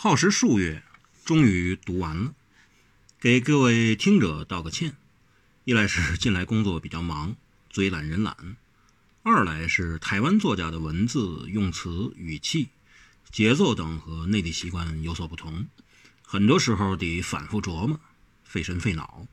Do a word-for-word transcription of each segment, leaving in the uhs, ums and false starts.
耗时数月，终于读完了。给各位听者道个歉，一来是近来工作比较忙，嘴懒人懒；二来是台湾作家的文字、用词、语气、节奏等和内地习惯有所不同，很多时候得反复琢磨，费神费脑。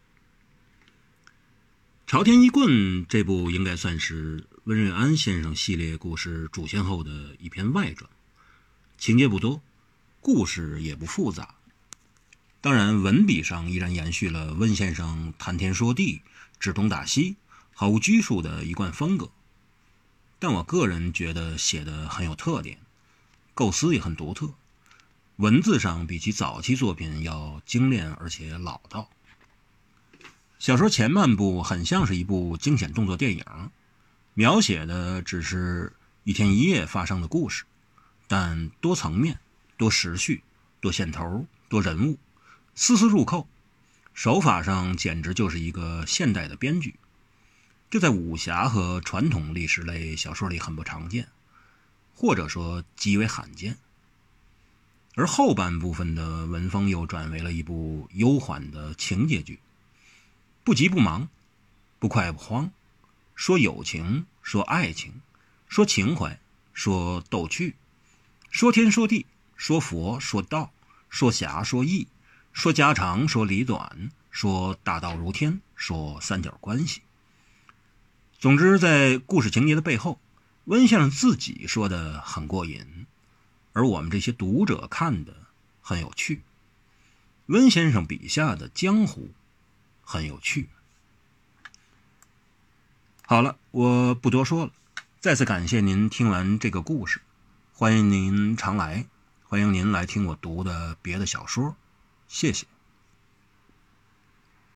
朝天一棍这部应该算是温瑞安先生系列故事主线后的一篇外传，情节不多，故事也不复杂，当然文笔上依然延续了温先生谈天说地、指东打西、毫无拘束的一贯风格，但我个人觉得写得很有特点，构思也很独特，文字上比其早期作品要精炼而且老道。小说前半部很像是一部惊险动作电影，描写的只是一天一夜发生的故事，但多层面、多时序、多线头、多人物，丝丝入扣，手法上简直就是一个现代的编剧，这在武侠和传统历史类小说里很不常见，或者说极为罕见。而后半部分的文风又转为了一部悠缓的情节剧，不急不忙，不快不慌，说友情，说爱情，说情怀，说逗趣，说天说地，说佛说道，说侠说义，说家长说里短，说大道如天，说三角关系。总之在故事情节的背后，温先生自己说的很过瘾，而我们这些读者看的很有趣。温先生笔下的江湖很有趣。好了，我不多说了，再次感谢您听完这个故事，欢迎您常来，欢迎您来听我读的别的小说，谢谢。